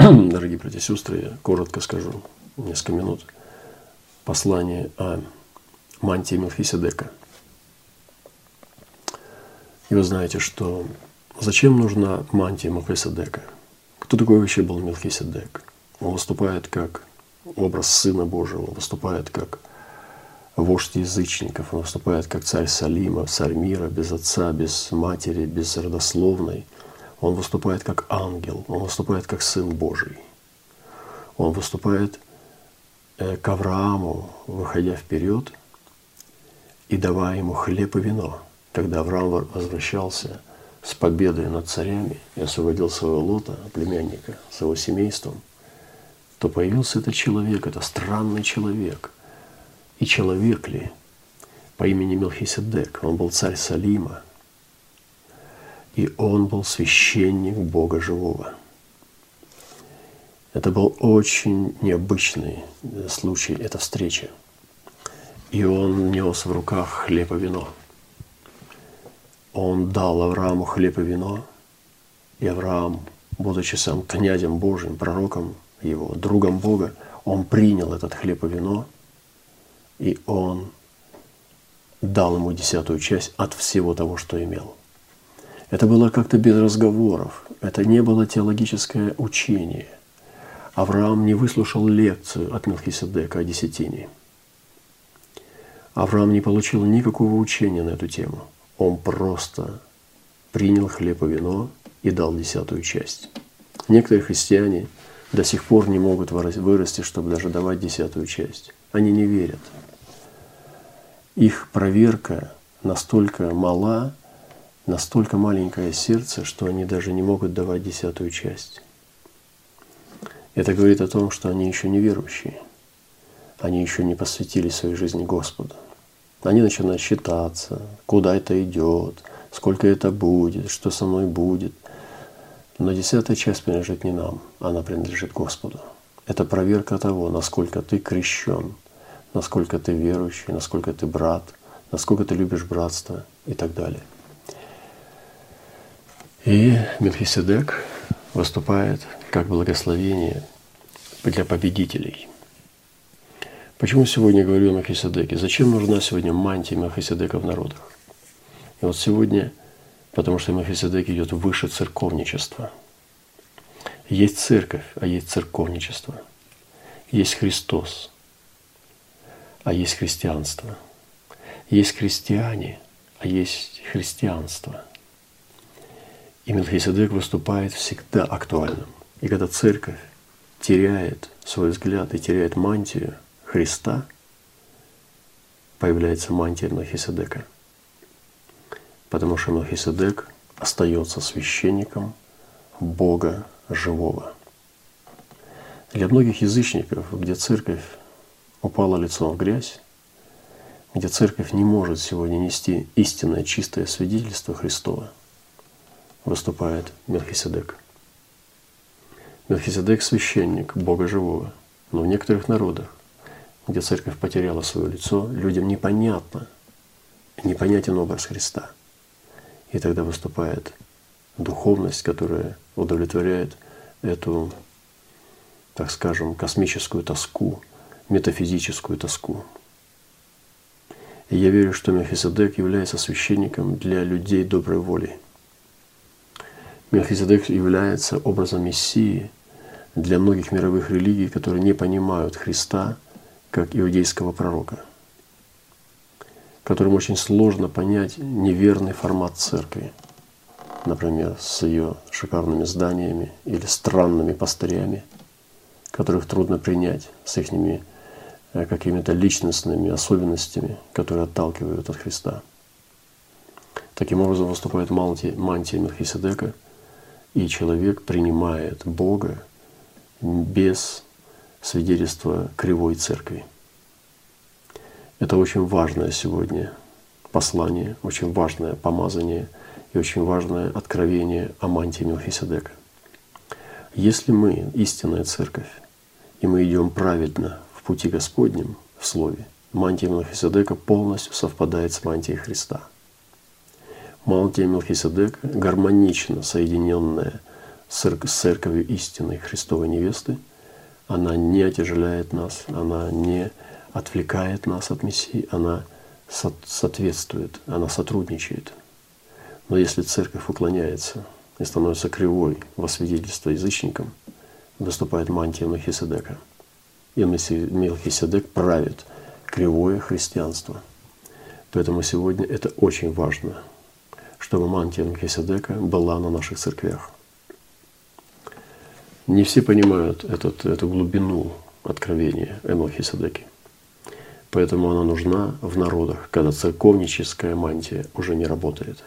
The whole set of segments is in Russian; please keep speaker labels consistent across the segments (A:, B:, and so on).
A: Дорогие братья и сестры, я коротко скажу, несколько минут, послание о мантии Мелхиседека. И вы знаете, что зачем нужна мантия Мелхиседека? Кто такой вообще был Мелхиседек? Он выступает как образ Сына Божьего, он выступает как вождь язычников, он выступает как царь Салима, царь мира, без отца, без матери, без родословной. Он выступает как ангел, он выступает как Сын Божий. Он выступает к Аврааму, выходя вперед и давая ему хлеб и вино. Когда Авраам возвращался с победой над царями и освободил своего Лота, племянника, с его семейством, то появился этот человек, это странный человек. И человек ли по имени Мелхиседек, он был царь Салима, и он был священник Бога Живого. Это был очень необычный случай, эта встреча. И он нес в руках хлеб и вино. Он дал Аврааму хлеб и вино, и Авраам, будучи сам князем Божьим, пророком его, другом Бога, он принял этот хлеб и вино, и он дал ему 10-ю часть от всего того, что имел. Это было как-то без разговоров, это не было теологическое учение. Авраам не выслушал лекцию от Мелхиседека о десятине. Авраам не получил никакого учения на эту тему. Он просто принял хлеб и вино и дал 10-ю часть. Некоторые христиане до сих пор не могут вырасти, чтобы даже давать 10-ю часть. Они не верят. Их проверка настолько мала, настолько маленькое сердце, что они даже не могут давать 10-ю часть. Это говорит о том, что они еще не верующие. Они еще не посвятили своей жизни Господу. Они начинают считаться, куда это идет, сколько это будет, что со мной будет. Но 10-я часть принадлежит не нам, она принадлежит Господу. Это проверка того, насколько ты крещен, насколько ты верующий, насколько ты брат, насколько ты любишь братство и так далее. И Мелхиседек выступает как благословение для победителей. Почему сегодня говорю о Мелхиседеке? Зачем нужна сегодня мантия Мелхиседека в народах? И вот сегодня, потому что Мелхиседек идет выше церковничества. Есть церковь, а есть церковничество. Есть Христос, а есть христианство. Есть христиане, а есть христианство. И Мелхиседек выступает всегда актуальным. И когда церковь теряет свой взгляд и теряет мантию Христа, появляется мантия Мелхиседека. Потому что Мелхиседек остается священником Бога Живого. Для многих язычников, где церковь упала лицом в грязь, где церковь не может сегодня нести истинное, чистое свидетельство Христова, выступает Мелхиседек. Мелхиседек – священник Бога Живого. Но в некоторых народах, где церковь потеряла свое лицо, людям непонятен образ Христа. И тогда выступает духовность, которая удовлетворяет эту, так скажем, космическую тоску, метафизическую тоску. И я верю, что Мелхиседек является священником для людей доброй воли. Мелхиседек является образом Мессии для многих мировых религий, которые не понимают Христа как иудейского пророка, которым очень сложно понять неверный формат церкви, например, с ее шикарными зданиями или странными пастырями, которых трудно принять, с их какими-то личностными особенностями, которые отталкивают от Христа. Таким образом выступает мантия Мелхиседека, и человек принимает Бога без свидетельства кривой церкви. Это очень важное сегодня послание, очень важное помазание и очень важное откровение о мантии Мелхиседека. Если мы истинная церковь, и мы идем праведно в пути Господнем, в Слове, мантия Мелхиседека полностью совпадает с мантией Христа. Мантия Мелхиседека гармонично соединенная с церковью истинной Христовой невесты, она не отяжеляет нас, она не отвлекает нас от Мессии, она соответствует, она сотрудничает. Но если церковь уклоняется и становится кривой во свидетельство язычникам, выступает мантия Мелхиседека. И Мелхиседек правит кривое христианство. Поэтому сегодня это очень важно, чтобы мантия Мелхиседека была на наших церквях. Не все понимают эту глубину откровения о Мелхиседеке. Поэтому она нужна в народах, когда церковническая мантия уже не работает.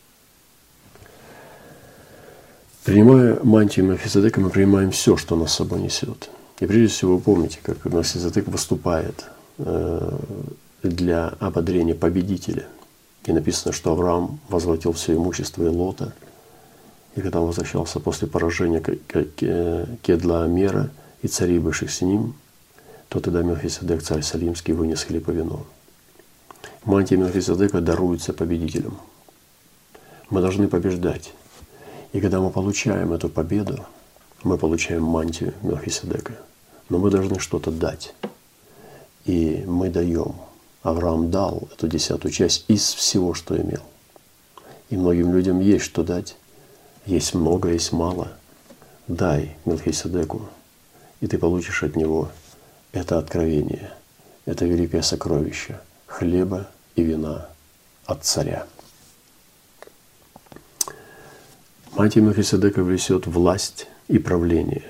A: Принимая мантию Мелхиседека, мы принимаем все, что она с собой несет. И прежде всего, вы помните, как Мелхиседек выступает для ободрения победителя. И написано, что Авраам возвратил все имущество и Лота. И когда он возвращался после поражения Кедлаомера и царей, бывших с ним, то тогда Мелхиседек, царь Салимский, вынес хлеб и вино. Мантия Мелхиседека даруется победителям. Мы должны побеждать. И когда мы получаем эту победу, мы получаем мантию Мелхиседека. Но мы должны что-то дать. И мы даем. Авраам дал эту 10-ю часть из всего, что имел. И многим людям есть что дать. Есть много, есть мало. Дай Мелхиседеку, и ты получишь от него это откровение, это великое сокровище хлеба и вина от царя. Мантия Мелхиседека влечет власть и правление.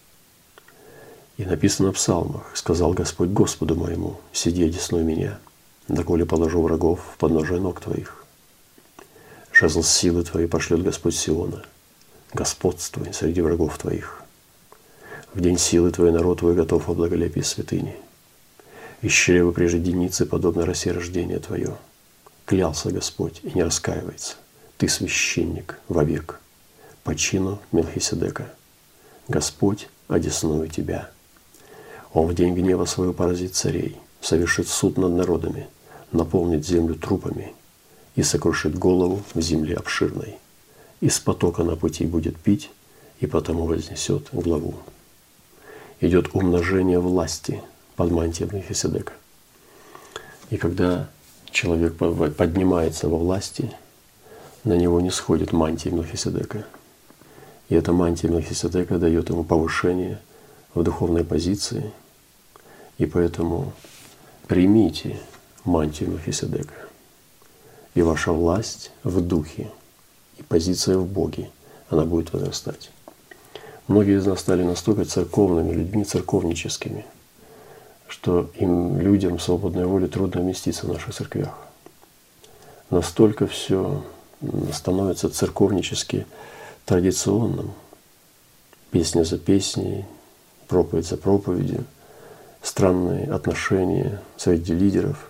A: И написано в псалмах: «Сказал Господь Господу моему, сиди одесной меня, доколе положу врагов в подножие ног твоих. Жезл силы твоей пошлет Господь Сиона, господствуй среди врагов твоих. В день силы твоей народ твой готов во благолепии святыни. Из чрева прежде деницы, подобно росе рождения твое. Клялся Господь и не раскаивается. Ты священник вовек, по чину Мелхиседека. Господь одесную тебя. Он в день гнева своего поразит царей, совершит суд над народами, наполнит землю трупами и сокрушит голову в земле обширной. Из потока на пути будет пить, и потому вознесет главу». Идет умножение власти под мантией Мелхиседека. И когда человек поднимается во власти, на него не сходит мантия Мелхиседека. И эта мантия Мелхиседека дает ему повышение в духовной позиции. И поэтому примите мантию Мелхиседека. И ваша власть в духе и позиция в Боге, она будет возрастать. Многие из нас стали настолько церковными людьми, церковническими, что им, людям свободной воли, трудно вместиться в наших церквях. Настолько все становится церковнически традиционным. Песня за песней, проповедь за проповедью, странные отношения среди лидеров,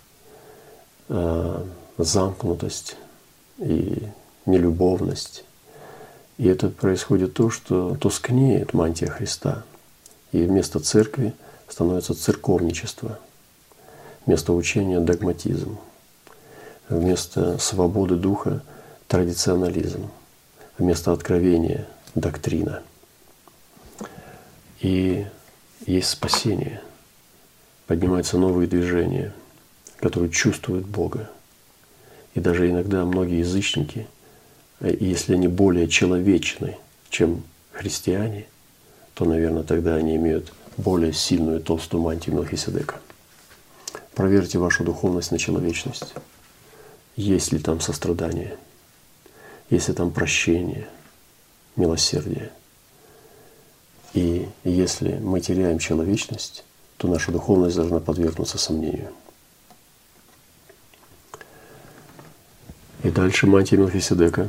A: замкнутость и нелюбовность. И это происходит то, что тускнеет мантия Христа. И вместо церкви становится церковничество. Вместо учения – догматизм. Вместо свободы духа – традиционализм. Вместо откровения – доктрина. И есть спасение. Поднимаются новые движения, которые чувствуют Бога. И даже иногда многие язычники, если они более человечны, чем христиане, то, наверное, тогда они имеют более сильную толстую мантию Мелхиседека. Проверьте вашу духовность на человечность. Есть ли там сострадание? Есть ли там прощение, милосердие? И если мы теряем человечность, то наша духовность должна подвергнуться сомнению. И дальше мантия Мелхиседека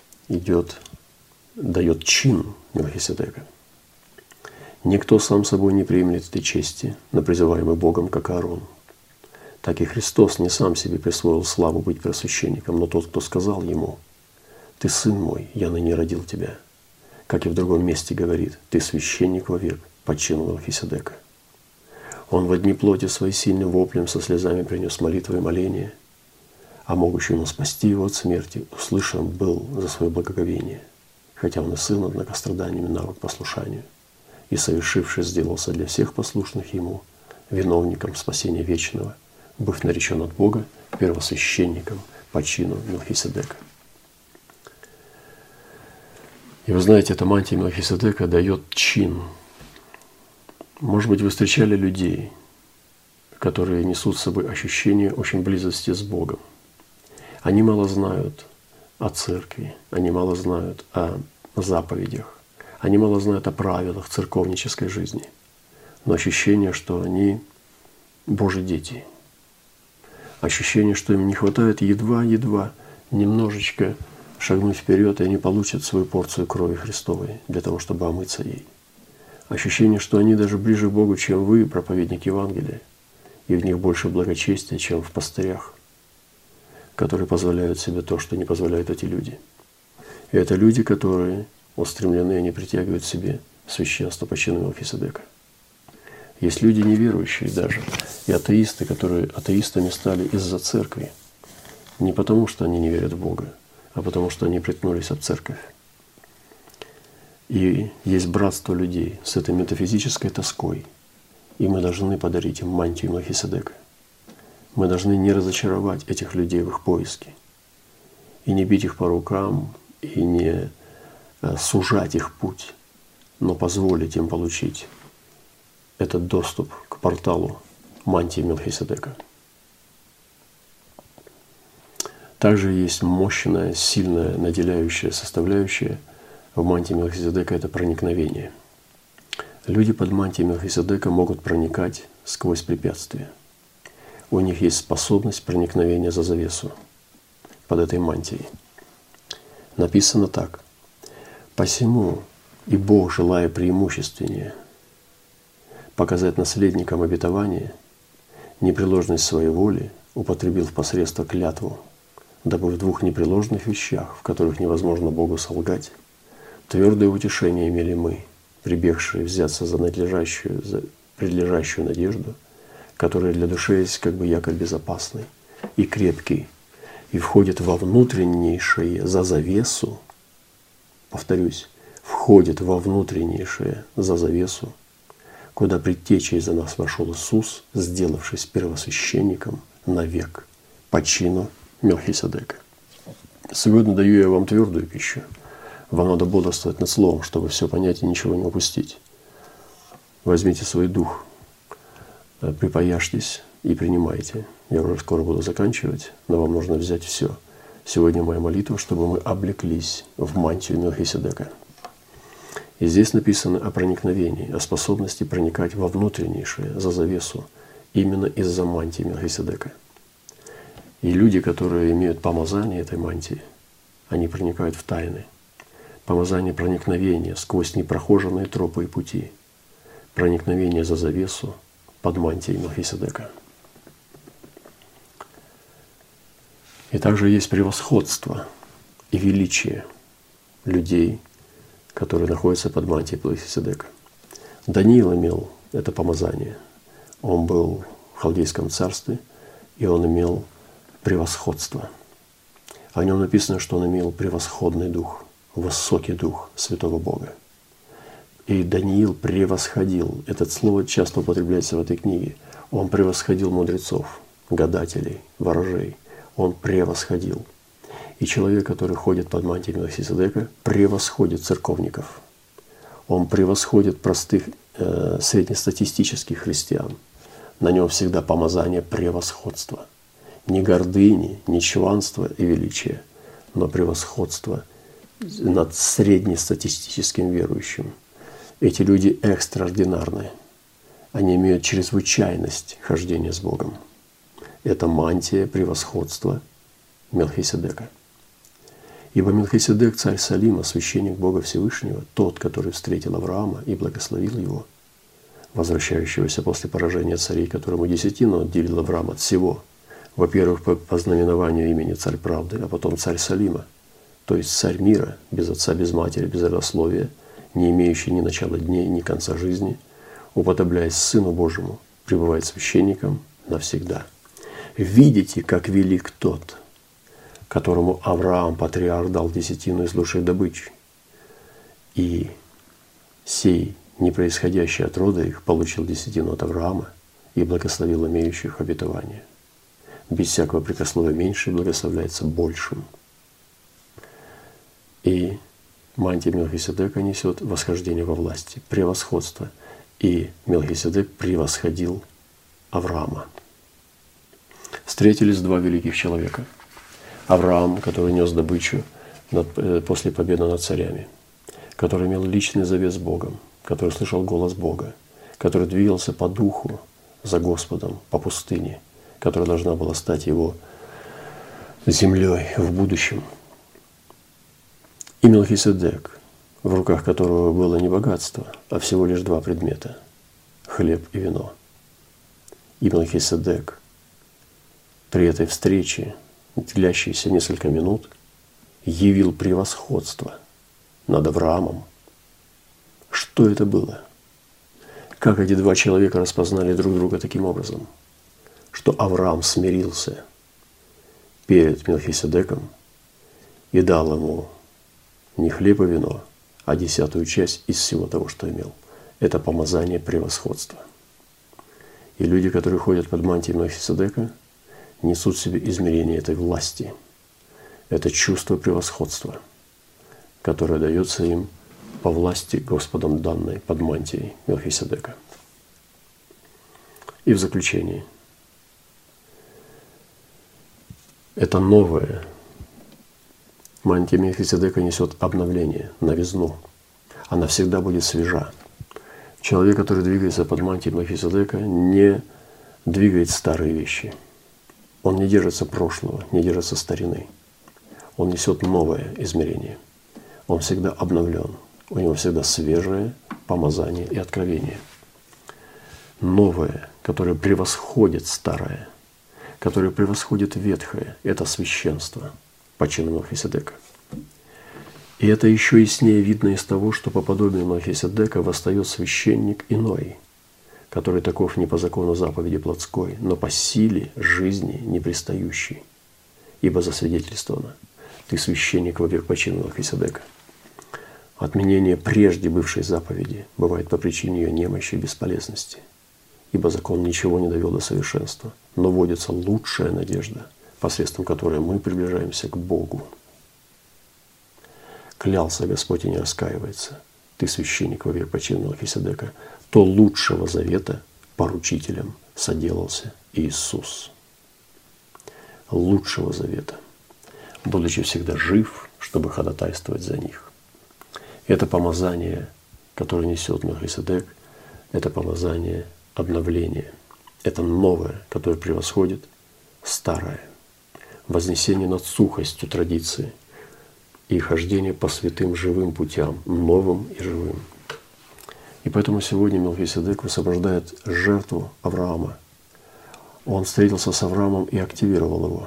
A: дает чин Мелхиседека. Никто сам собой не примет этой чести, но призываемый Богом, как Аарон. Так и Христос не сам себе присвоил славу быть первосвященником, но тот, кто сказал ему: «Ты сын мой, я ныне родил тебя». Как и в другом месте говорит: «Ты священник вовек по чину Мелхиседека». Он во дни плоти своей сильным воплем со слезами принес молитвы и моления, а могущему спасти его от смерти услышан был за свое благоговение. хотя он и сын, однако страданиями навык послушанию, и совершивший сделался для всех послушных ему виновником спасения вечного, быв наречен от Бога первосвященником по чину Мелхиседека. И вы знаете, эта мантия Мелхиседека дает чин. Может быть, вы встречали людей, которые несут с собой ощущение очень близости с Богом. Они мало знают о церкви, они мало знают о заповедях, они мало знают о правилах церковнической жизни. Но ощущение, что они Божьи дети. Ощущение, что им не хватает едва-едва немножечко шагнуть вперед, и они получат свою порцию крови Христовой для того, чтобы омыться ей. Ощущение, что они даже ближе к Богу, чем вы, проповедник Евангелия, и в них больше благочестия, чем в пастырях, которые позволяют себе то, что не позволяют эти люди. И это люди, которые устремлены, они притягивают к себе священство по чину Мелхиседека. Есть люди неверующие даже, и атеисты, которые атеистами стали из-за церкви. Не потому, что они не верят в Бога, а потому, что они приткнулись об церковь. И есть братство людей с этой метафизической тоской, и мы должны подарить им мантию Мелхиседека. Мы должны не разочаровать этих людей в их поиске, и не бить их по рукам, и не сужать их путь, но позволить им получить этот доступ к порталу мантии Мелхиседека. Также есть мощная, сильная, наделяющая составляющая в мантии Мелхиседека – это проникновение. Люди под мантией Мелхиседека могут проникать сквозь препятствия. У них есть способность проникновения за завесу под этой мантией. Написано так: «Посему и Бог, желая преимущественнее показать наследникам обетования, непреложность своей воли употребил в посредство клятву, дабы в двух непреложных вещах, в которых невозможно Богу солгать, твердое утешение имели мы, прибегшие взяться за прилежащую надежду, которая для души есть как бы якорь безопасный и крепкий, и входит во внутреннейшее за завесу, повторюсь, входит во внутреннейшее за завесу, куда предтечей за нас вошел Иисус, сделавшись первосвященником навек по чину Мелхиседека». Сегодня даю я вам твердую пищу. Вам надо бодрствовать над словом, чтобы все понять и ничего не упустить. Возьмите свой дух, припаяшьтесь и принимайте. Я уже скоро буду заканчивать, но вам нужно взять все. Сегодня моя молитва, чтобы мы облеклись в мантию Мелхиседека. И здесь написано о проникновении, о способности проникать во внутреннейшее, за завесу, именно из-за мантии Мелхиседека. И люди, которые имеют помазание этой мантии, они проникают в тайны. Помазание проникновения сквозь непрохоженные тропы и пути. Проникновение за завесу под мантией Мелхиседека. И также есть превосходство и величие людей, которые находятся под мантией Мелхиседека. Даниил имел это помазание. Он был в Халдейском царстве, и он имел превосходство. О нем написано, что он имел превосходный дух, высокий дух святого Бога. И Даниил превосходил, это слово часто употребляется в этой книге, он превосходил мудрецов, гадателей, ворожей. Он превосходил. И человек, который ходит под мантией Мелхиседека, превосходит церковников. Он превосходит простых среднестатистических христиан. На нем всегда помазание превосходства. Не гордыни, не чванства и величия, но превосходство над среднестатистическим верующим. Эти люди экстраординарные. Они имеют чрезвычайность хождения с Богом. Это мантия превосходства Мелхиседека. Ибо Мелхиседек, царь Салима, священник Бога Всевышнего, тот, который встретил Авраама и благословил его, возвращающегося после поражения царей, которому десятину отделил Авраам от всего, во-первых, по знаменованию имени царь правды, а потом царь Салима, то есть царь мира, без отца, без матери, без родословия, не имеющий ни начала дней, ни конца жизни, уподобляясь Сыну Божьему, пребывает священником навсегда. Видите, как велик тот, которому Авраам, патриарх, дал десятину из лучшей добычи. И сей, не происходящий от рода их, получил десятину от Авраама и благословил имеющих обетование. Без всякого прикословия меньший благословляется большим. И мантия Мелхиседека несет восхождение во власти, превосходство. И Мелхиседек превосходил Авраама. Встретились два великих человека. Авраам, который нес добычу после победы над царями, который имел личный завет с Богом, который слышал голос Бога, который двигался по духу за Господом по пустыне, которая должна была стать его землей в будущем. И Мелхиседек, в руках которого было не богатство, а всего лишь два предмета – хлеб и вино. И Мелхиседек при этой встрече, длящейся несколько минут, явил превосходство над Авраамом. Что это было? Как эти два человека распознали друг друга таким образом, что Авраам смирился перед Мелхиседеком и дал ему не хлеб и вино, а 10-ю часть из всего того, что имел. Это помазание превосходства. И люди, которые ходят под мантией Мелхиседека, несут в себе измерение этой власти. Это чувство превосходства, которое дается им по власти Господом данной под мантией Мелхиседека. И в заключение. Это новое. Мантия Мелхиседека несет обновление, новизну. Она всегда будет свежа. Человек, который двигается под мантией Мелхиседека, не двигает старые вещи. Он не держится прошлого, не держится старины. Он несет новое измерение. Он всегда обновлен. У него всегда свежее помазание и откровение. Новое, которое превосходит старое, которое превосходит ветхое, это священство по чину Мелхиседека. И это еще яснее видно из того, что по подобию Мелхиседека восстает священник иной, который таков не по закону заповеди плотской, но по силе жизни непристающей. Ибо засвидетельствовано: ты священник вовек по чину Мелхиседека. Отменение прежде бывшей заповеди бывает по причине ее немощи и бесполезности, ибо закон ничего не довел до совершенства, но вводится лучшая надежда, посредством которой мы приближаемся к Богу. Клялся Господь и не раскаивается: ты священник вовек по чину Мелхиседека, то лучшего завета поручителем соделался Иисус. Лучшего завета, будучи всегда жив, чтобы ходатайствовать за них. Это помазание, которое несет Мелхиседек, это помазание обновления. Это новое, которое превосходит старое. Вознесение над сухостью традиции и хождение по святым живым путям, новым и живым. И поэтому сегодня Мелхиседек высвобождает жертву Авраама. Он встретился с Авраамом и активировал его.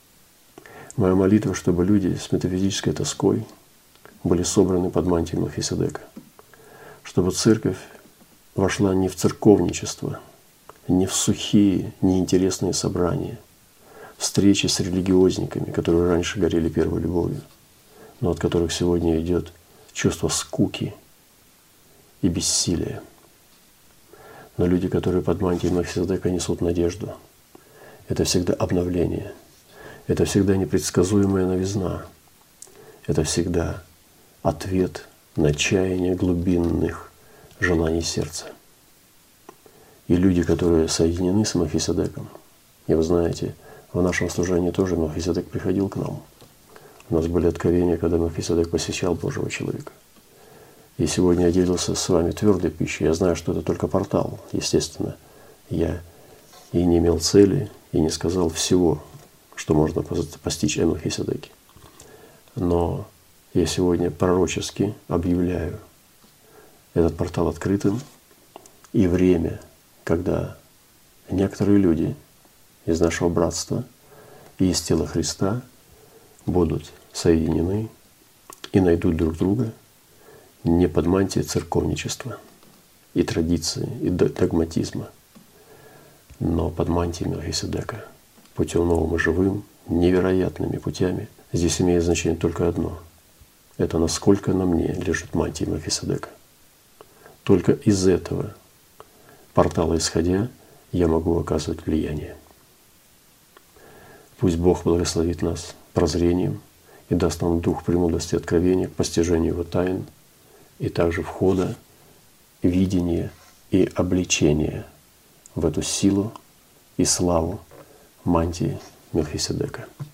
A: Моя молитва, чтобы люди с метафизической тоской были собраны под мантией Мелхиседека, чтобы церковь вошла не в церковничество, не в сухие, неинтересные собрания, встречи с религиозниками, которые раньше горели первой любовью, но от которых сегодня идет чувство скуки и бессилия. Но люди, которые под мантией Мелхиседека несут надежду, это всегда обновление, это всегда непредсказуемая новизна, это всегда ответ на чаяние глубинных желаний сердца. И люди, которые соединены с Мелхиседеком, и вы знаете, в нашем служении тоже Мелхиседек приходил к нам. У нас были откровения, когда Мелхиседек посещал Божьего человека. И сегодня я делился с вами твердой пищей. Я знаю, что это только портал. Естественно, я и не имел цели, и не сказал всего, что можно постичь о Мелхиседеке. Но я сегодня пророчески объявляю этот портал открытым, и время, когда некоторые люди из нашего братства и из тела Христа будут соединены и найдут друг друга не под мантией церковничества и традиции, и догматизма, но под мантией Мелхиседека, путем новым и живым, невероятными путями. Здесь имеет значение только одно. это насколько на мне лежит мантия Мелхиседека. Только из этого портала исходя я могу оказывать влияние. Пусть Бог благословит нас прозрением и даст нам дух премудрости и откровения к постижению Его тайн и также входа, видения и обличения в эту силу и славу мантии Мелхиседека.